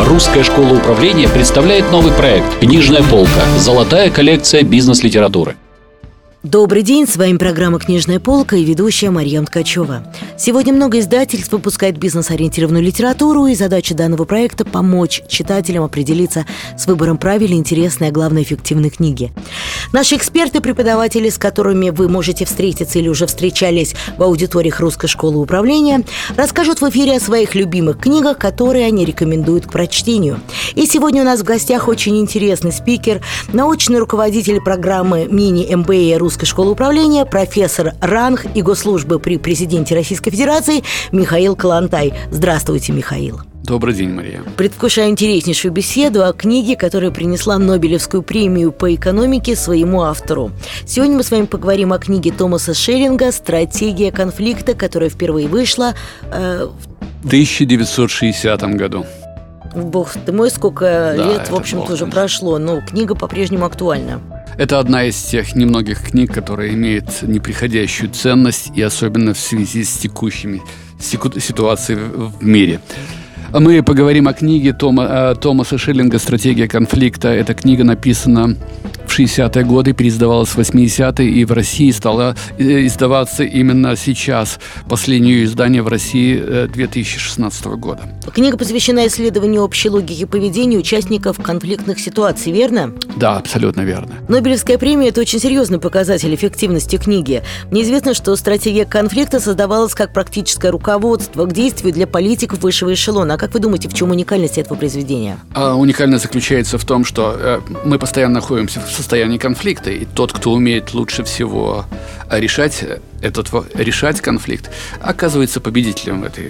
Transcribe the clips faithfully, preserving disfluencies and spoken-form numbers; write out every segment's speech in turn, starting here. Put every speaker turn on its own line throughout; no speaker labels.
Русская школа управления представляет новый проект «Книжная полка. Золотая коллекция бизнес-литературы».
Добрый день, с вами программа «Книжная полка» и ведущая Марьям Ткачева. Сегодня много издательств выпускает бизнес-ориентированную литературу, и задача данного проекта – помочь читателям определиться с выбором правильной, интересной, а главное, эффективной книги. Наши эксперты, преподаватели, с которыми вы можете встретиться или уже встречались в аудиториях Русской школы управления, расскажут в эфире о своих любимых книгах, которые они рекомендуют к прочтению. И сегодня у нас в гостях очень интересный спикер, научный руководитель программы мини-эм бэ а Русской школы управления, профессор РАНХ и госслужбы при президенте Российской Федерации Михаил Калантай. Здравствуйте, Михаил.
Добрый день, Мария.
Предвкушаю интереснейшую беседу о книге, которая принесла Нобелевскую премию по экономике своему автору. Сегодня мы с вами поговорим о книге Томаса Шеллинга «Стратегия конфликта», которая впервые вышла э,
в тысяча девятьсот шестидесятом году.
Бог ты мой, сколько
да,
лет, в общем-то, уже прошло, но книга по-прежнему актуальна.
Это одна из тех немногих книг, которая имеет неприходящую ценность, и особенно в связи с текущими ситуацией в мире. Мы поговорим о книге Тома, Томаса Шеллинга «Стратегия конфликта». Эта книга написана в шестидесятые годы, переиздавалась в восьмидесятые, и в России стала издаваться именно сейчас. Последнее издание в России две тысячи шестнадцатого года.
Книга посвящена исследованию общей логики поведения участников конфликтных ситуаций, верно?
Да, абсолютно верно.
Нобелевская премия – это очень серьезный показатель эффективности книги. Мне известно, что стратегия конфликта создавалась как практическое руководство к действию для политиков высшего эшелона. А как вы думаете, в чем уникальность этого произведения?
А уникальность заключается в том, что э, мы постоянно находимся в состоянии конфликта, и тот, кто умеет лучше всего решать этот решать конфликт, оказывается победителем в этой,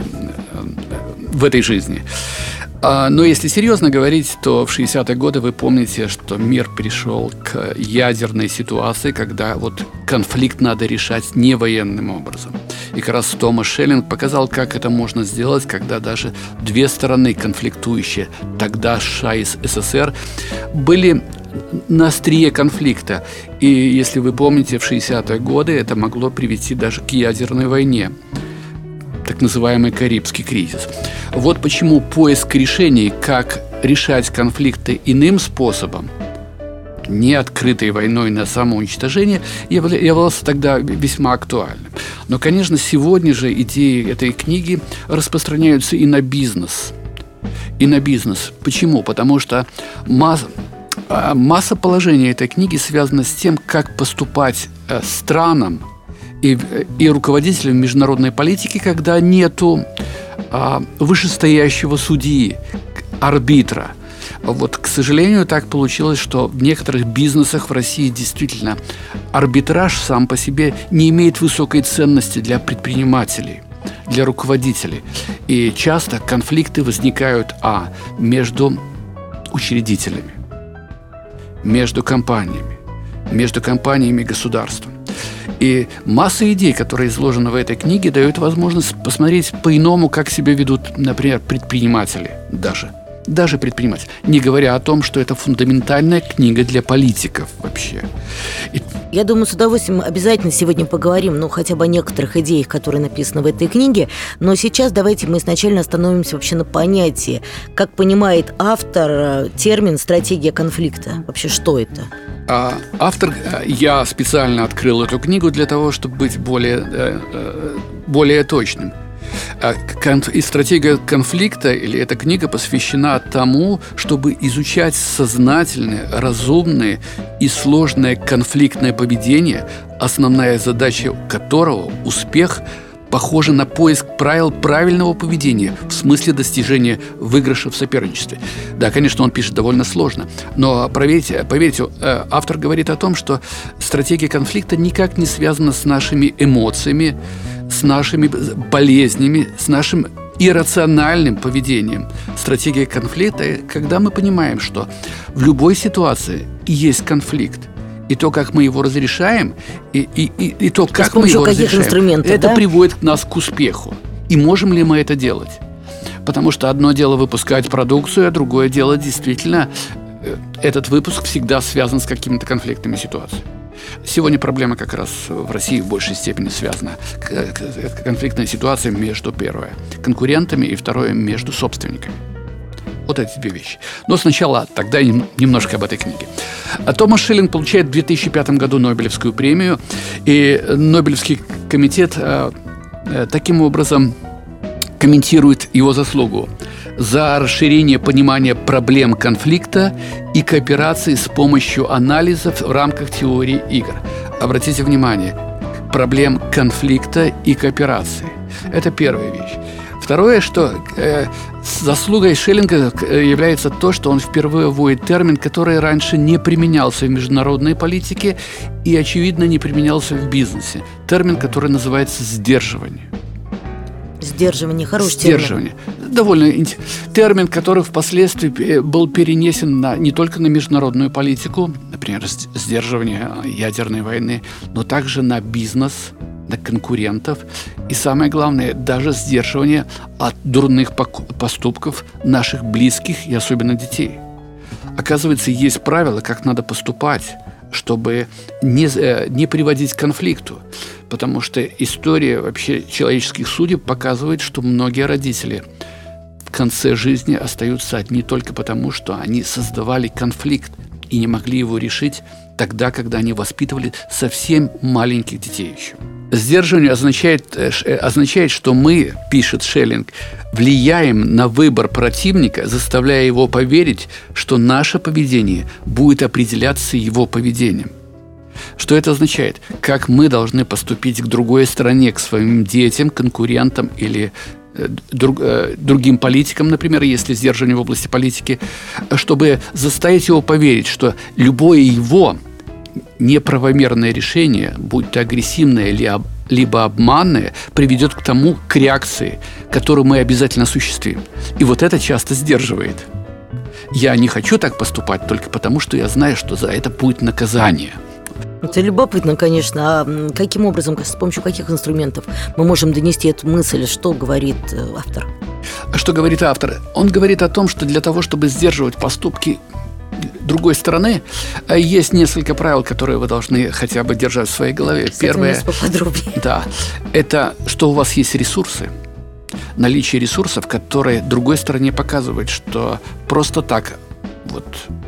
в этой жизни. Но если серьезно говорить, то в шестидесятые годы вы помните, что мир перешел к ядерной ситуации, когда вот конфликт надо решать не военным образом. И как раз Томас Шеллинг показал, как это можно сделать, когда даже две стороны конфликтующие, тогда США и СССР, были на острие конфликта. И если вы помните, в шестидесятые годы это могло привести даже к ядерной войне, так называемый Карибский кризис. Вот почему поиск решений, как решать конфликты иным способом, не открытой войной на самоуничтожение, являлся тогда весьма актуальным. Но, конечно, сегодня же идеи этой книги распространяются и на бизнес. И на бизнес. Почему? Потому что масса Масса положений этой книги связана с тем, как поступать странам и, и руководителям международной политики, когда нету а, вышестоящего судьи, арбитра. Вот, к сожалению, так получилось, что в некоторых бизнесах в России действительно арбитраж сам по себе не имеет высокой ценности для предпринимателей, для руководителей. И часто конфликты возникают а, между учредителями, между компаниями, между компаниями и государством. И масса идей, которые изложены в этой книге, дают возможность посмотреть по-иному, как себя ведут, например, предприниматели даже. Даже предприниматели. Не говоря о том, что это фундаментальная книга для политиков вообще. И...
Я думаю, с удовольствием обязательно сегодня поговорим, ну, хотя бы о некоторых идеях, которые написаны в этой книге. Но сейчас давайте мы изначально остановимся вообще на понятии. Как понимает автор термин «стратегия конфликта»? Вообще, что это?
А, автор, я специально открыл эту книгу для того, чтобы быть более, более точным. И стратегия конфликта, или эта книга посвящена тому, чтобы изучать сознательное, разумное и сложное конфликтное поведение, основная задача которого – успех, похожа на поиск правил правильного поведения в смысле достижения выигрыша в соперничестве. Да, конечно, он пишет довольно сложно, но поверьте, поверьте, автор говорит о том, что стратегия конфликта никак не связана с нашими эмоциями, с нашими болезнями, с нашим иррациональным поведением. Стратегия конфликта, когда мы понимаем, что в любой ситуации есть конфликт, и то, как мы его разрешаем, и, и, и, и то, как мы его разрешаем, это да? приводит нас к успеху. И можем ли мы это делать? Потому что одно дело выпускать продукцию, а другое дело действительно этот выпуск всегда связан с какими-то конфликтными ситуациями. Сегодня проблема как раз в России в большей степени связана. Конфликтная ситуация между, первое, конкурентами, и второе, между собственниками. Вот эти две вещи. Но сначала тогда немножко об этой книге. Томас Шиллинг получает в две тысячи пятом году Нобелевскую премию, и Нобелевский комитет э, э, таким образом комментирует его заслугу за расширение понимания проблем конфликта и кооперации с помощью анализов в рамках теории игр. Обратите внимание, проблем конфликта и кооперации. Это первая вещь. Второе, что э, заслугой Шиллинга является то, что он впервые вводит термин, который раньше не применялся в международной политике и, очевидно, не применялся в бизнесе. Термин, который называется «сдерживание».
Сдерживание, хороший
Сдерживание. термин. Довольно int- термин, который впоследствии был перенесен на, не только на международную политику, например, сдерживание ядерной войны, но также на бизнес, на конкурентов и, самое главное, даже сдерживание от дурных поступков наших близких и особенно детей. Оказывается, есть правила, как надо поступать, чтобы не, не приводить к конфликту. Потому что история вообще человеческих судеб показывает, что многие родители в конце жизни остаются одни только потому, что они создавали конфликт и не могли его решить тогда, когда они воспитывали совсем маленьких детей еще. Сдерживание означает, означает, что мы, пишет Шиллинг, влияем на выбор противника, заставляя его поверить, что наше поведение будет определяться его поведением. Что это означает? Как мы должны поступить к другой стороне, к своим детям, конкурентам или друг, другим политикам, например, если сдерживание в области политики, чтобы заставить его поверить, что любое его неправомерное решение, будь то агрессивное либо обманное, приведет к тому, к реакции, которую мы обязательно осуществим. И вот это часто сдерживает. Я не хочу так поступать только потому, что я знаю, что за это будет наказание.
Это любопытно, конечно. А каким образом, с помощью каких инструментов мы можем донести эту мысль? Что говорит автор?
Что говорит автор? Он говорит о том, что для того, чтобы сдерживать поступки другой стороны, есть несколько правил, которые вы должны хотя бы держать в своей голове.
Кстати,
Первое,
поподробнее.
Да, это что у вас есть ресурсы, наличие ресурсов, которые другой стороне показывают, что просто так вот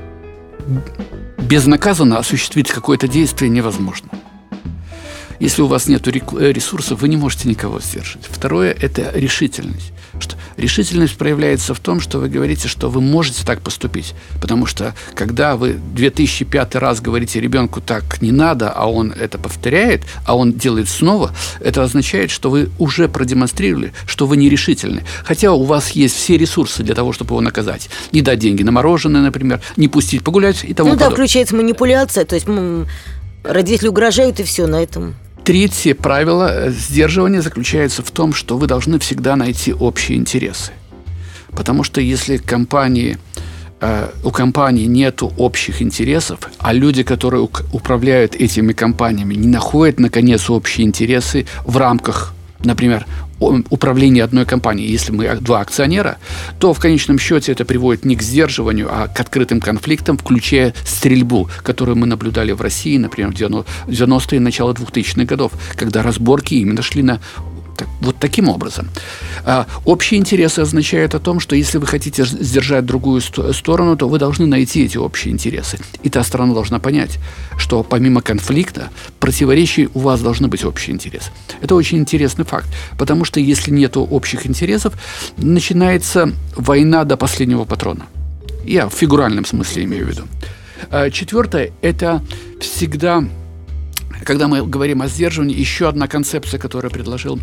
безнаказанно осуществить какое-то действие невозможно. Если у вас нет ресурсов, вы не можете никого сдержать. Второе – это решительность. Что решительность проявляется в том, что вы говорите, что вы можете так поступить. Потому что, когда вы две тысячи пятый раз говорите ребенку «так не надо», а он это повторяет, а он делает снова, это означает, что вы уже продемонстрировали, что вы нерешительны. Хотя у вас есть все ресурсы для того, чтобы его наказать. Не дать деньги на мороженое, например, не пустить погулять и тому
ну,
подобное.
Ну да, включается манипуляция, то есть родители угрожают, и все на этом.
Третье правило сдерживания заключается в том, что вы должны всегда найти общие интересы. Потому что если компании, э, у компании нет общих интересов, а люди, которые управляют этими компаниями, не находят, наконец, общие интересы в рамках, например, управления одной компанией, если мы два акционера, то в конечном счете это приводит не к сдерживанию, а к открытым конфликтам, включая стрельбу, которую мы наблюдали в России, например, в девяностые, начало двухтысячных годов, когда разборки именно шли на вот таким образом. А, общие интересы означают о том, что если вы хотите сдержать другую ст- сторону, то вы должны найти эти общие интересы. И та сторона должна понять, что помимо конфликта, противоречий у вас должны быть общие интересы. Это очень интересный факт, потому что если нет общих интересов, начинается война до последнего патрона. Я в фигуральном смысле имею в виду. А, четвертое – это всегда, когда мы говорим о сдерживании, еще одна концепция, которую предложил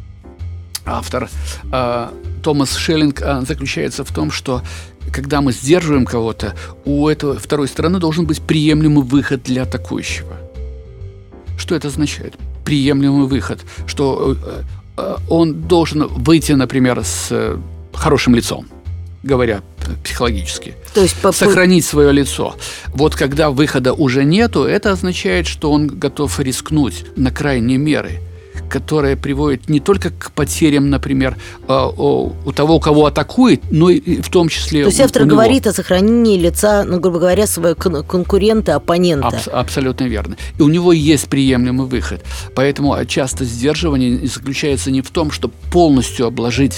автор э, Томас Шиллинг, э, заключается в том, что когда мы сдерживаем кого-то, у этой второй стороны должен быть приемлемый выход для атакующего. Что это означает? Приемлемый выход. Что э, э, он должен выйти, например, с э, хорошим лицом, говоря психологически.
То есть по...
Сохранить свое лицо. Вот когда выхода уже нету, это означает, что он готов рискнуть на крайние меры, которые приводят не только к потерям, например, у того, кого атакует, но и в том числе.
То есть автор говорит о сохранении лица, ну, грубо говоря, своего конкурента, оппонента.
Аб- абсолютно верно. И у него есть приемлемый выход. Поэтому часто сдерживание заключается не в том, чтобы полностью обложить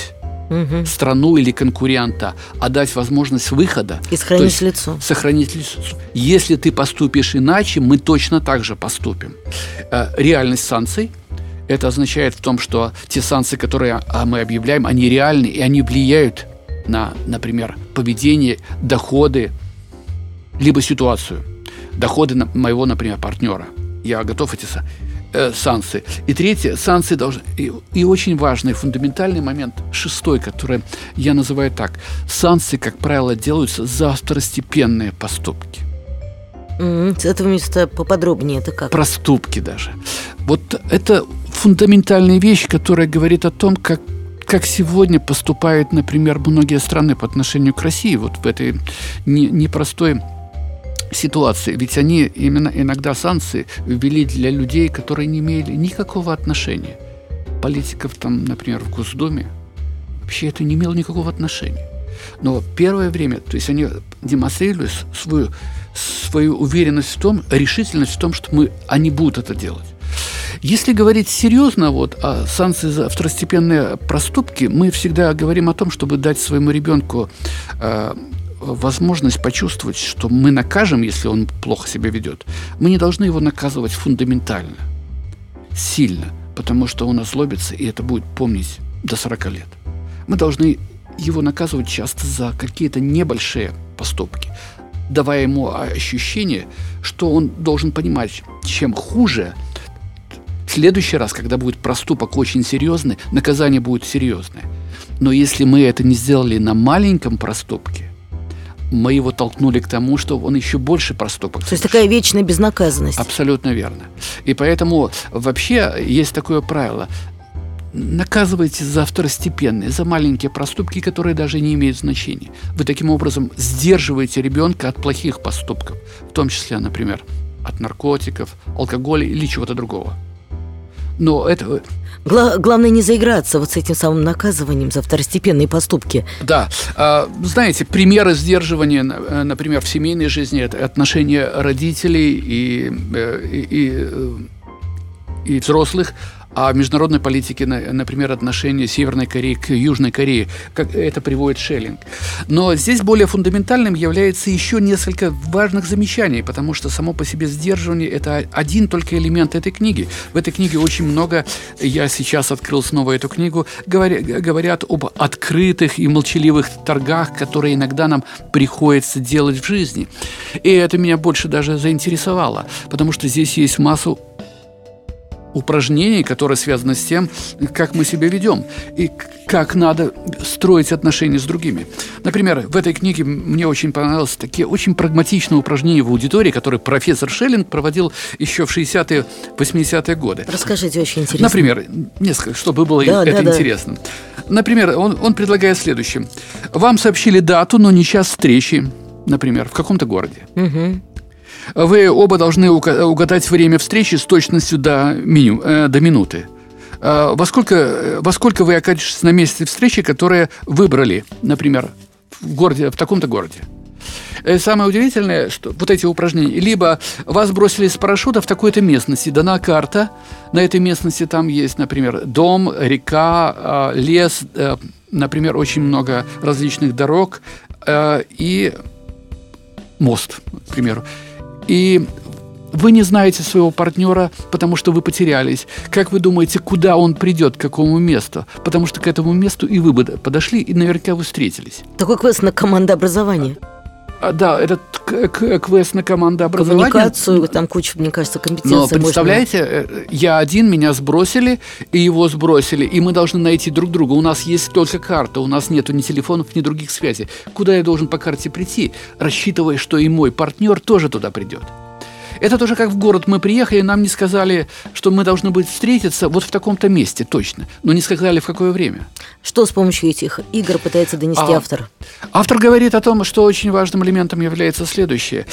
угу.
страну или конкурента, а дать возможность выхода.
И сохранить лицо.
Сохранить лицо. Если ты поступишь иначе, мы точно так же поступим. Реальность санкций – это означает в том, что те санкции, которые мы объявляем, они реальны, и они влияют на, например, поведение, доходы, либо ситуацию. Доходы моего, например, партнера. Я готов эти э, санкции. И третье, санкции должны... И, и очень важный, фундаментальный момент, шестой, который я называю так. Санкции, как правило, делаются за второстепенные поступки.
Mm-hmm. С этого места поподробнее это как?
Проступки даже. Вот это фундаментальная вещь, которая говорит о том, как как сегодня поступают, например, многие страны по отношению к России вот в этой не, непростой ситуации. Ведь они именно иногда санкции ввели для людей, которые не имели никакого отношения. Политиков там, например, в Госдуме. Вообще это не имело никакого отношения. Но первое время, то есть они демонстрировали свою, свою уверенность в том, решительность в том, что мы, они будут это делать. Если говорить серьезно вот, о санкции за второстепенные проступки, мы всегда говорим о том, чтобы дать своему ребенку э, возможность почувствовать, что мы накажем, если он плохо себя ведет. Мы не должны его наказывать фундаментально, сильно, потому что он озлобится, и это будет помнить до сорока лет. Мы должны его наказывать часто за какие-то небольшие поступки, давая ему ощущение, что он должен понимать, чем хуже, в следующий раз, когда будет проступок очень серьезный, наказание будет серьезное. Но если мы это не сделали на маленьком проступке, мы его толкнули к тому, что он еще больше проступок совершит.
То есть такая вечная безнаказанность.
Абсолютно верно. И поэтому вообще есть такое правило. Наказывайте за второстепенные, за маленькие проступки, которые даже не имеют значения. Вы таким образом сдерживаете ребенка от плохих поступков, в том числе, например, от наркотиков, алкоголя или чего-то другого. Но это...
Гла- главное не заиграться вот с этим самым наказыванием за второстепенные поступки.
Да. Знаете, примеры сдерживания, например, в семейной жизни – это отношения родителей и, и, и, и взрослых, а в международной политике, например, отношения Северной Кореи к Южной Корее, как это приводит Шеллинг. Но здесь более фундаментальным является еще несколько важных замечаний, потому что само по себе сдерживание – это один только элемент этой книги. В этой книге очень много, я сейчас открыл снова эту книгу, говоря, говорят об открытых и молчаливых торгах, которые иногда нам приходится делать в жизни. И это меня больше даже заинтересовало, потому что здесь есть массу упражнений, которые связаны с тем, как мы себя ведем и как надо строить отношения с другими. Например, в этой книге мне очень понравились такие очень прагматичные упражнения в аудитории, которые профессор Шеллинг проводил еще в шестидесятые, восьмидесятые годы.
Расскажите, очень интересно.
Например, несколько, чтобы было
да,
это
да,
интересно. Да. Например, он, он предлагает следующее. Вам сообщили дату, но не час встречи, например, в каком-то городе.
Угу.
Вы оба должны угадать время встречи с точностью до, меню, э, до минуты. Э, во, сколько, во сколько вы окажетесь на месте встречи, которое выбрали, например, в, городе, в таком-то городе. И самое удивительное, что вот эти упражнения. Либо вас бросили с парашюта в такой-то местности, дана карта. На этой местности там есть, например, дом, река, э, лес, э, например, очень много различных дорог э, и мост, к примеру. И вы не знаете своего партнера, потому что вы потерялись. Как вы думаете, куда он придет, к какому месту? Потому что к этому месту и вы бы подошли, и наверняка вы встретились.
Такой квест на командообразование.
А, да, этот квест на командообразование.
Коммуникацию, там куча, мне кажется, компетенций.
Но представляете, можно... я один, меня сбросили, и его сбросили, и мы должны найти друг друга. У нас есть только карта, у нас нету ни телефонов, ни других связей. Куда я должен по карте прийти, рассчитывая, что и мой партнер тоже туда придет? Это тоже как в город мы приехали, нам не сказали, что мы должны быть встретиться вот в таком-то месте, точно, но не сказали, в какое время.
Что с помощью этих игр пытается донести а, автор?
Автор говорит о том, что очень важным элементом является следующее.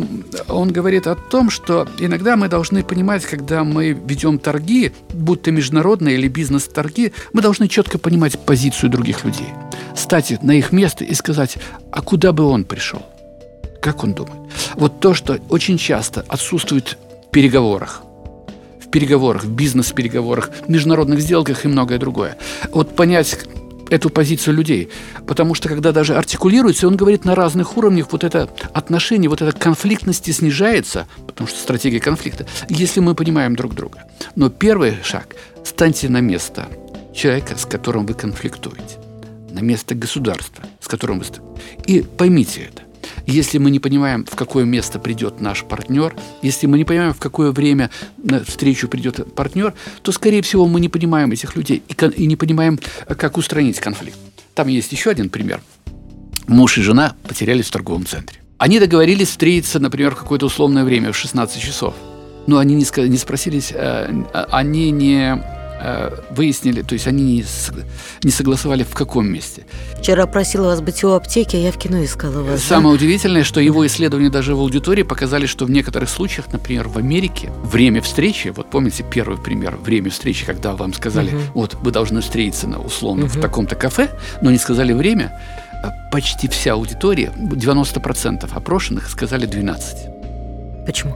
Он говорит о том, что иногда мы должны понимать, когда мы ведем торги, будь то международные или бизнес-торги, мы должны четко понимать позицию других людей, стать на их место и сказать, а куда бы он пришел? Как он думает? Вот то, что очень часто отсутствует в переговорах. В переговорах, в бизнес-переговорах, в международных сделках и многое другое. Вот понять, эту позицию людей. Потому что когда даже артикулируется, он говорит на разных уровнях, вот это отношение, вот эта конфликтность снижается, потому что стратегия конфликта, если мы понимаем друг друга. Но первый шаг – станьте на место человека, с которым вы конфликтуете, на место государства, с которым вы... И поймите это. Если мы не понимаем, в какое место придет наш партнер, если мы не понимаем, в какое время на встречу придет партнер, то, скорее всего, мы не понимаем этих людей и, и не понимаем, как устранить конфликт. Там есть еще один пример. Муж и жена потерялись в торговом центре. Они договорились встретиться, например, в какое-то условное время, в шестнадцать часов. Но они не, не спросились, они не... выяснили, то есть они не, не согласовали, в каком месте.
Вчера просила вас быть у аптеки, а я в кино искала вас.
Самое
да?
удивительное, что его исследования даже в аудитории показали, что в некоторых случаях, например, в Америке, время встречи, вот помните первый пример, время встречи, когда вам сказали, uh-huh. вот вы должны встретиться на, условно uh-huh. в таком-то кафе, но не сказали время, почти вся аудитория, девяносто процентов опрошенных сказали двенадцать.
Почему?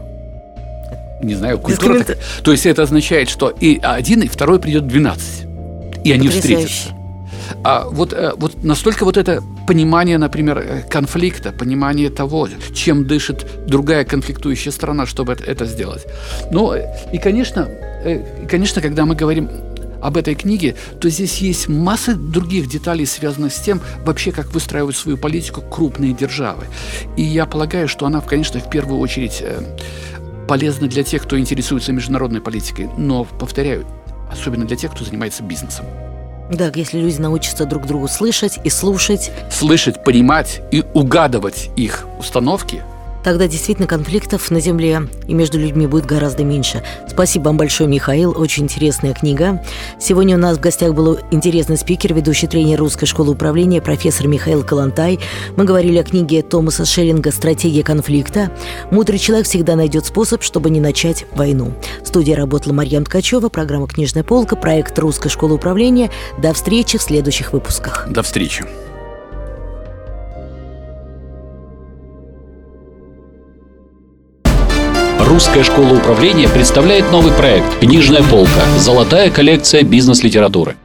Не знаю, культура так... То есть это означает, что и один, и второй придет двенадцать. И они
Потрясающе.
встретятся. А вот, вот настолько вот это понимание, например, конфликта, понимание того, чем дышит другая конфликтующая сторона, чтобы это, это сделать. Ну, и, конечно, и, конечно, когда мы говорим об этой книге, то здесь есть масса других деталей, связанных с тем, вообще, как выстраивают свою политику крупные державы. И я полагаю, что она, конечно, в первую очередь... полезно для тех, кто интересуется международной политикой, но, повторяю, особенно для тех, кто занимается бизнесом.
Да, если люди научатся друг другу слышать и слушать.
Слышать, понимать и угадывать их установки.
Тогда действительно конфликтов на Земле и между людьми будет гораздо меньше. Спасибо вам большое, Михаил. Очень интересная книга. Сегодня у нас в гостях был интересный спикер, ведущий тренер Русской школы управления, профессор Михаил Калантай. Мы говорили о книге Томаса Шеллинга «Стратегия конфликта». Мудрый человек всегда найдет способ, чтобы не начать войну. В студии работала Марьям Ткачева, программа «Книжная полка», проект Русской школы управления. До встречи в следующих выпусках.
До встречи.
Русская школа управления представляет новый проект «Книжная полка. Золотая коллекция бизнес-литературы».